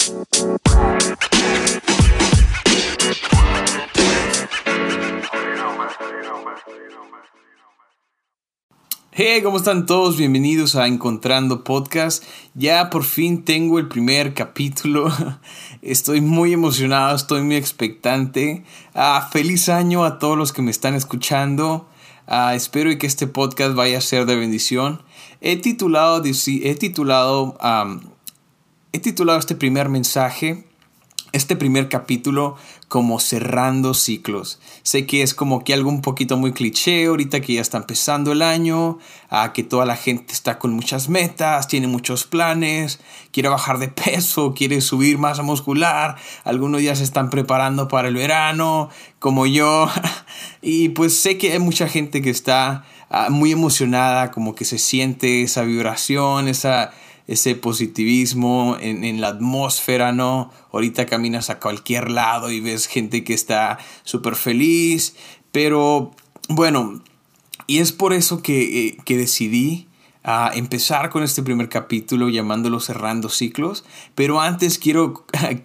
Hey, ¿cómo están todos? Bienvenidos a Encontrando Podcast. Ya por fin tengo el primer capítulo. Estoy muy emocionado, estoy muy expectante. Feliz año a todos los que me están escuchando. Espero que este podcast vaya a ser de bendición. He titulado este primer mensaje, este primer capítulo, como cerrando ciclos. Sé que es como que algo un poquito muy cliché ahorita que ya está empezando el año, que toda la gente está con muchas metas, tiene muchos planes, quiere bajar de peso, quiere subir masa muscular, algunos ya se están preparando para el verano, como yo. Y pues sé que hay mucha gente que está muy emocionada, como que se siente esa vibración, ese positivismo en la atmósfera, ¿no? Ahorita caminas a cualquier lado y ves gente que está súper feliz. Pero bueno, y es por eso que decidí empezar con este primer capítulo llamándolo Cerrando Ciclos. Pero antes quiero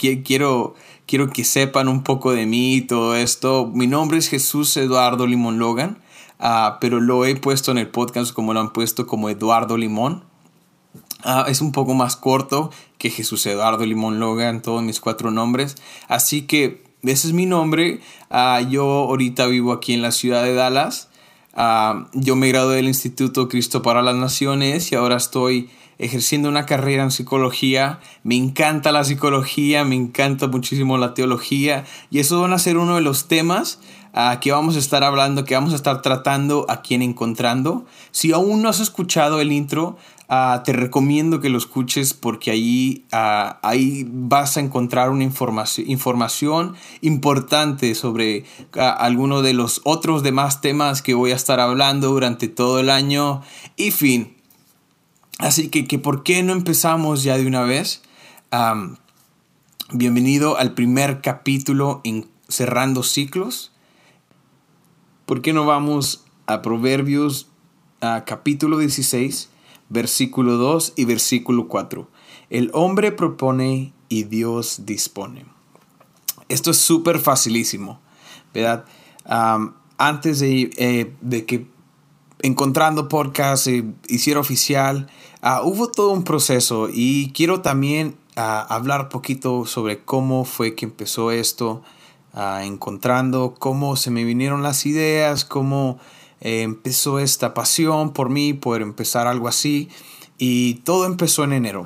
que sepan un poco de mí y todo esto. Mi nombre es Jesús Eduardo Limón Logan, pero lo he puesto en el podcast como lo han puesto, como Eduardo Limón. Es un poco más corto que Jesús Eduardo Limón Logan, todos mis 4 nombres. Así que ese es mi nombre. Yo ahorita vivo aquí en la ciudad de Dallas. Yo me gradué del Instituto Cristo para las Naciones y ahora estoy ejerciendo una carrera en psicología. Me encanta la psicología, me encanta muchísimo la teología. Y eso van a ser uno de los temas que vamos a estar hablando, que vamos a estar tratando aquí en Encontrando. Si aún no has escuchado el intro, te recomiendo que lo escuches porque ahí vas a encontrar una información importante sobre alguno de los otros demás temas que voy a estar hablando durante todo el año y fin. Así que ¿por qué no empezamos ya de una vez? Bienvenido al primer capítulo en Cerrando Ciclos. ¿Por qué no vamos a Proverbios capítulo 16, versículo 2 y versículo 4? El hombre propone y Dios dispone. Esto es súper facilísimo, ¿verdad? Antes de que Encontrando Podcast hiciera oficial, hubo todo un proceso y quiero también hablar un poquito sobre cómo fue que empezó esto. Encontrando cómo se me vinieron las ideas, cómo empezó esta pasión por mí, poder empezar algo así. Y todo empezó en enero.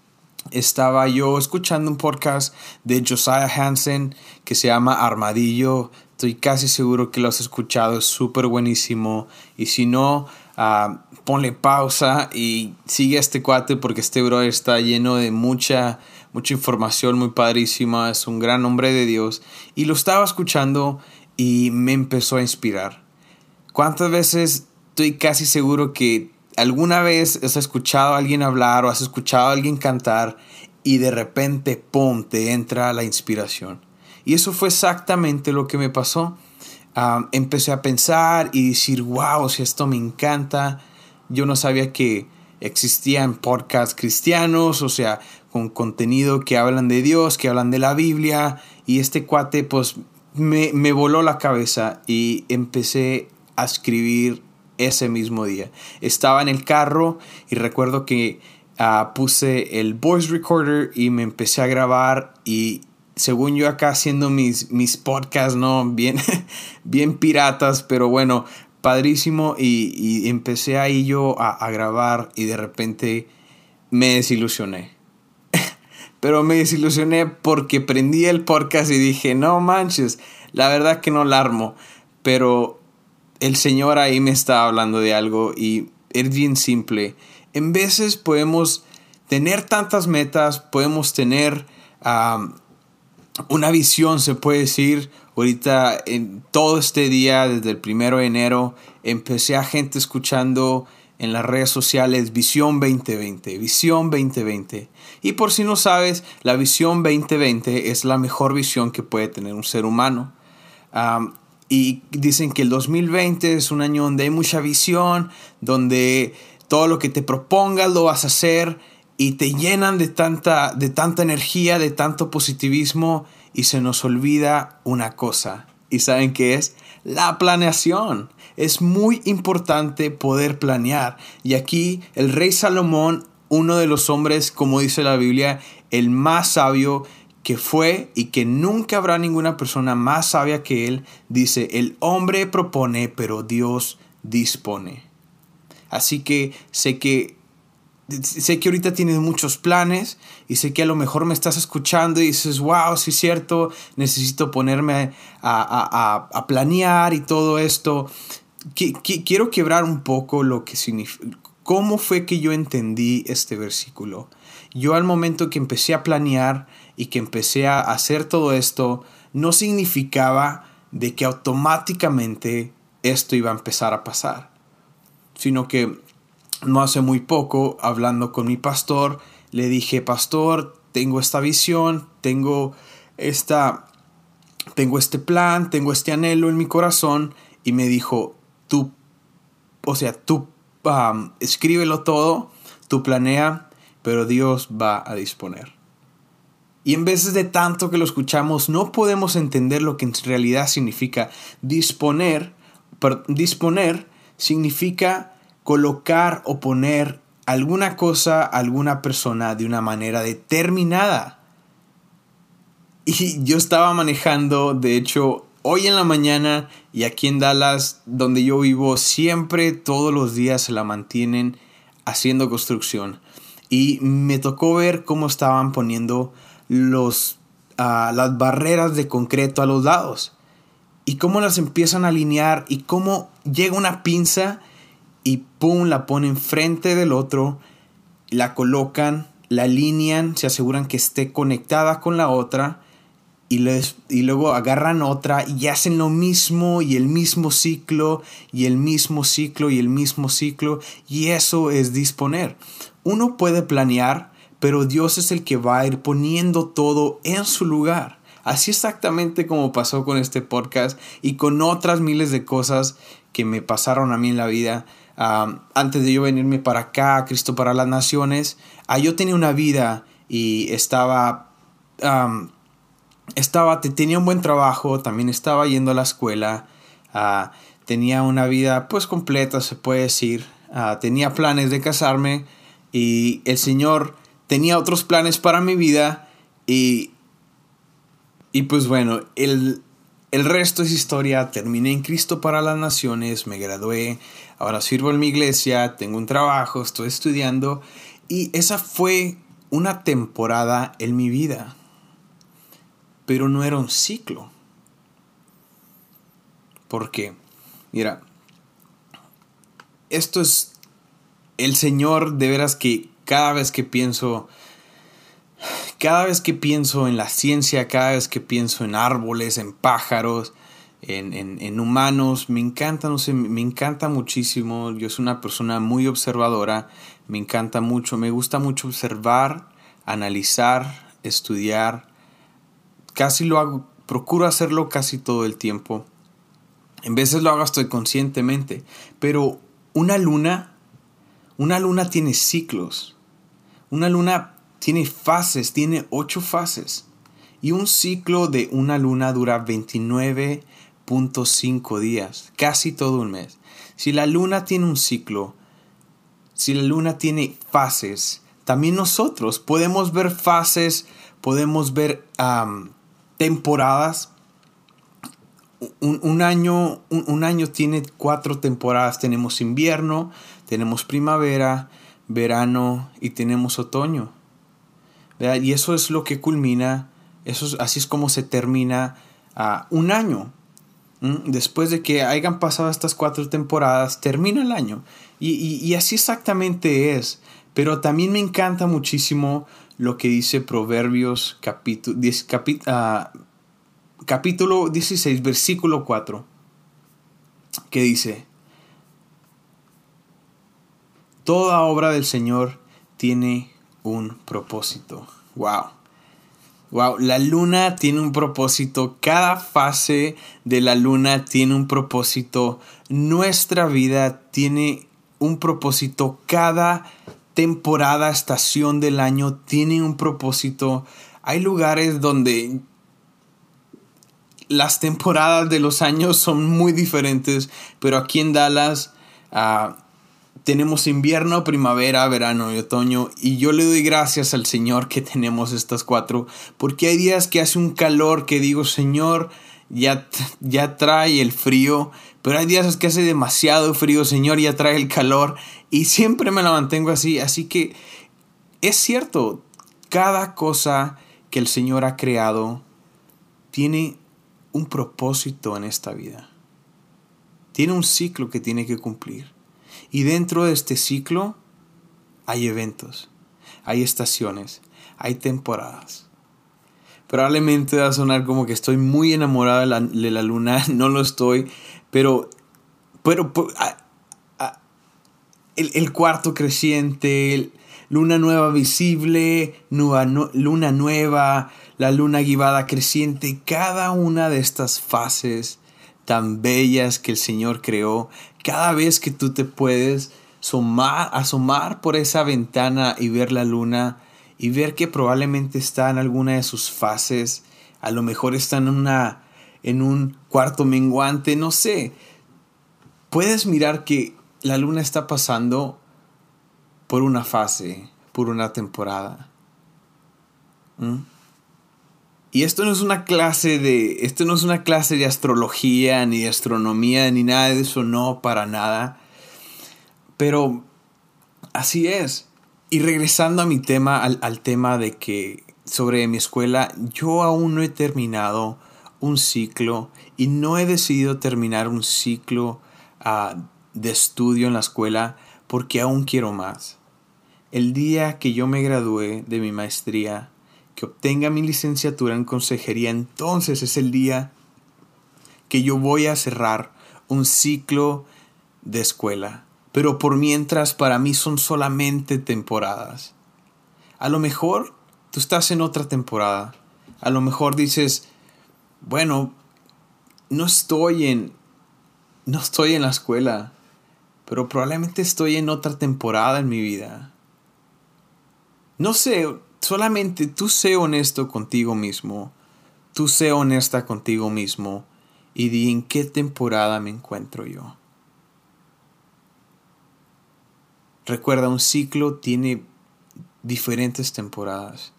Estaba yo escuchando un podcast de Josiah Hansen que se llama Armadillo. Estoy casi seguro que lo has escuchado, es súper buenísimo. Y si no, ponle pausa y sigue a este cuate porque este brother está lleno de mucha información muy padrísima. Es un gran hombre de Dios. Y lo estaba escuchando y me empezó a inspirar. ¿Cuántas veces estoy casi seguro que alguna vez has escuchado a alguien hablar o has escuchado a alguien cantar y de repente, ¡pum!, te entra la inspiración? Y eso fue exactamente lo que me pasó. Empecé a pensar y decir, wow, si esto me encanta. Yo no sabía que existían podcasts cristianos, o sea, con contenido que hablan de Dios, que hablan de la Biblia. Y este cuate pues me voló la cabeza y empecé a escribir ese mismo día. Estaba en el carro y recuerdo que puse el voice recorder y me empecé a grabar y según yo acá haciendo mis podcasts, ¿no? Bien piratas, pero bueno, padrísimo. Y empecé ahí yo a grabar y de repente me desilusioné. Pero me desilusioné porque prendí el podcast y dije, no manches, la verdad que no la armo. Pero el Señor ahí me está hablando de algo y es bien simple. En veces podemos tener tantas metas, podemos tener una visión, se puede decir. Ahorita en todo este día, desde el 1 de enero, empecé a gente escuchando en las redes sociales Visión 2020, Visión 2020. Y por si no sabes, la Visión 2020 es la mejor visión que puede tener un ser humano. Y dicen que el 2020 es un año donde hay mucha visión, donde todo lo que te propongas lo vas a hacer. y te llenan de tanta energía, de tanto positivismo, y se nos olvida una cosa. ¿Y saben qué es? La planeación. Es muy importante poder planear. Y aquí el rey Salomón, uno de los hombres, como dice la Biblia, el más sabio que fue y que nunca habrá ninguna persona más sabia que él, dice: el hombre propone, pero Dios dispone. Así que sé que ahorita tienes muchos planes y sé que a lo mejor me estás escuchando y dices: wow, sí es cierto, necesito ponerme a planear y todo esto. Quiero quebrar un poco lo que significa. ¿Cómo fue que yo entendí este versículo? Yo, al momento que empecé a planear y que empecé a hacer todo esto, no significaba de que automáticamente esto iba a empezar a pasar, sino que no hace muy poco, hablando con mi pastor, le dije: pastor, tengo esta visión, tengo este plan, tengo este anhelo en mi corazón. Y me dijo: tú escríbelo todo, tú planea, pero Dios va a disponer. Y en veces de tanto que lo escuchamos, no podemos entender lo que en realidad significa disponer. Disponer significa colocar o poner alguna cosa, alguna persona de una manera determinada. Y yo estaba manejando, de hecho, hoy en la mañana, y aquí en Dallas, donde yo vivo, siempre, todos los días se la mantienen haciendo construcción. Y me tocó ver cómo estaban poniendo las barreras de concreto a los lados. Y cómo las empiezan a alinear y cómo llega una pinza y pum, la ponen frente del otro, la colocan, la alinean, se aseguran que esté conectada con la otra y luego agarran otra y hacen lo mismo y el mismo ciclo y el mismo ciclo y el mismo ciclo, y eso es disponer. Uno puede planear, pero Dios es el que va a ir poniendo todo en su lugar. Así exactamente como pasó con este podcast y con otras miles de cosas que me pasaron a mí en la vida. Antes de yo venirme para acá, a Cristo para las Naciones, yo tenía una vida y tenía un buen trabajo, también estaba yendo a la escuela, tenía una vida pues completa, se puede decir. Tenía planes de casarme y el Señor tenía otros planes para mi vida y pues bueno, el resto es historia. Terminé en Cristo para las Naciones, me gradué, ahora sirvo en mi iglesia, tengo un trabajo, estoy estudiando, y esa fue una temporada en mi vida. Pero no era un ciclo. Porque, mira, esto es el Señor, de veras, que cada vez que pienso en la ciencia, cada vez que pienso en árboles, en pájaros, en humanos, me encanta, no sé, me encanta muchísimo. Yo soy una persona muy observadora, me encanta mucho, me gusta mucho observar, analizar, estudiar. Casi lo hago, procuro hacerlo casi todo el tiempo. En veces lo hago hasta conscientemente, pero una luna tiene ciclos. Una luna tiene fases, tiene 8 fases. Y un ciclo de una luna dura 29.5 días, casi todo un mes. Si la luna tiene un ciclo, si la luna tiene fases, también nosotros podemos ver fases, podemos ver temporadas. Un año tiene 4 temporadas. Tenemos invierno, tenemos primavera, verano y tenemos otoño, ¿verdad? Y eso es lo que culmina, así es como se termina un año. Después de que hayan pasado estas 4 temporadas, termina el año. Y así exactamente es. Pero también me encanta muchísimo lo que dice Proverbios capítulo 16, versículo 4, que dice: toda obra del Señor tiene un propósito. Wow, la luna tiene un propósito, cada fase de la luna tiene un propósito, nuestra vida tiene un propósito, cada temporada, estación del año tiene un propósito. Hay lugares donde las temporadas de los años son muy diferentes, pero aquí en Dallas tenemos invierno, primavera, verano y otoño, y yo le doy gracias al Señor que tenemos estas cuatro, porque hay días que hace un calor que digo, Señor, ya trae el frío, pero hay días que hace demasiado frío, Señor, ya trae el calor, y siempre me la mantengo así que es cierto, cada cosa que el Señor ha creado tiene un propósito en esta vida. Tiene un ciclo que tiene que cumplir. Y dentro de este ciclo hay eventos, hay estaciones, hay temporadas. Probablemente va a sonar como que estoy muy enamorado de la luna. No lo estoy, pero el cuarto creciente, luna nueva visible, luna nueva, la luna guivada creciente, cada una de estas fases tan bellas que el Señor creó, cada vez que tú te puedes asomar por esa ventana y ver la luna y ver que probablemente está en alguna de sus fases, a lo mejor está en un cuarto menguante, no sé, puedes mirar que la luna está pasando por una fase, por una temporada. Y esto no es una clase de astrología, ni de astronomía, ni nada de eso, no, para nada. Pero así es. Y regresando a mi tema, al tema de que sobre mi escuela, yo aún no he terminado un ciclo y no he decidido terminar un ciclo de estudio en la escuela porque aún quiero más. El día que yo me gradúe de mi maestría, que obtenga mi licenciatura en consejería, entonces es el día que yo voy a cerrar un ciclo de escuela. Pero por mientras, para mí son solamente temporadas. A lo mejor tú estás en otra temporada. A lo mejor dices, bueno, no estoy en la escuela, pero probablemente estoy en otra temporada en mi vida. No sé, solamente tú sé honesto contigo mismo. Tú sé honesta contigo mismo y di en qué temporada me encuentro yo. Recuerda, un ciclo tiene diferentes temporadas.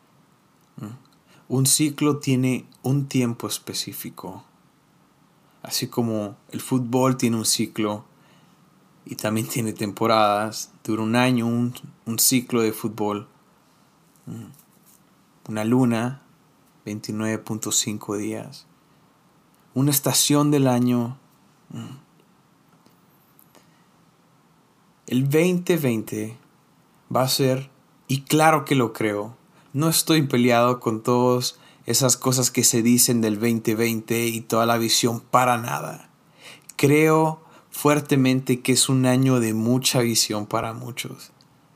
Un ciclo tiene un tiempo específico. Así como el fútbol tiene un ciclo y también tiene temporadas. Dura un año, un ciclo de fútbol. Una luna, 29.5 días. Una estación del año. El 2020 va a ser, y claro que lo creo, no estoy peleado con todas esas cosas que se dicen del 2020 y toda la visión para nada. Creo fuertemente que es un año de mucha visión para muchos.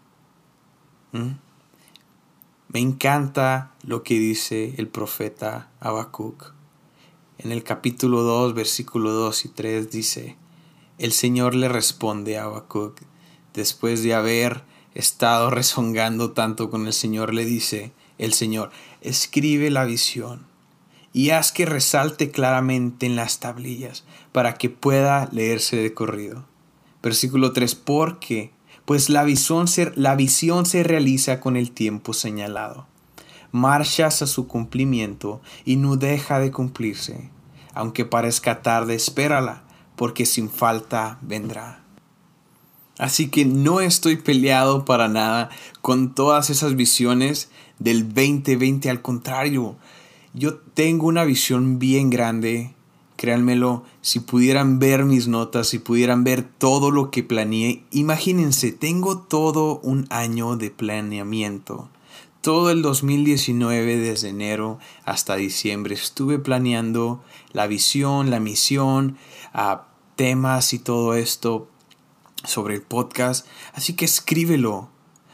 Me encanta lo que dice el profeta Habacuc. En el capítulo 2, versículo 2 y 3 dice, el Señor le responde a Habacuc, después de haber estado rezongando tanto con el Señor, le dice el Señor, escribe la visión y haz que resalte claramente en las tablillas para que pueda leerse de corrido. Versículo 3, porque pues la visión se realiza con el tiempo señalado. Marchas a su cumplimiento y no deja de cumplirse. Aunque parezca tarde, espérala, porque sin falta vendrá. Así que no estoy peleado para nada con todas esas visiones del 2020. Al contrario, yo tengo una visión bien grande. Créanmelo, si pudieran ver mis notas, si pudieran ver todo lo que planeé, imagínense, tengo todo un año de planeamiento. Todo el 2019, desde enero hasta diciembre, estuve planeando la visión, la misión, temas y todo esto sobre el podcast. Así que escríbelo.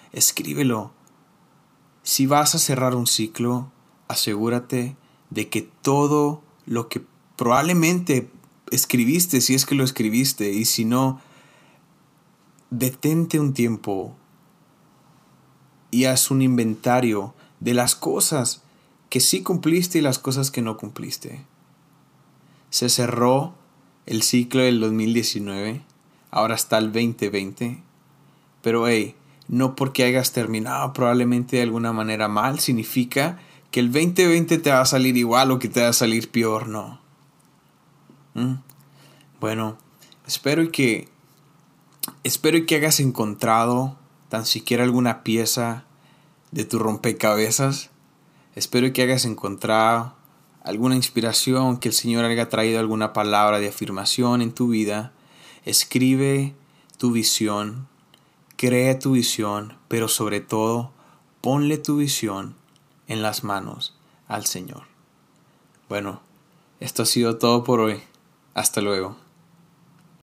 Si vas a cerrar un ciclo, asegúrate de que todo lo que probablemente escribiste, si es que lo escribiste, y si no, detente un tiempo y haz un inventario de las cosas que sí cumpliste y las cosas que no cumpliste. Se cerró el ciclo del 2019, ahora está el 2020, pero no porque hayas terminado probablemente de alguna manera mal, significa que el 2020 te va a salir igual o que te va a salir peor, no. Bueno, espero que hayas encontrado tan siquiera alguna pieza de tu rompecabezas. Espero que hayas encontrado alguna inspiración, que el Señor haya traído alguna palabra de afirmación en tu vida. Escribe tu visión, crea tu visión, pero sobre todo, ponle tu visión en las manos al Señor. Bueno, esto ha sido todo por hoy. Hasta luego.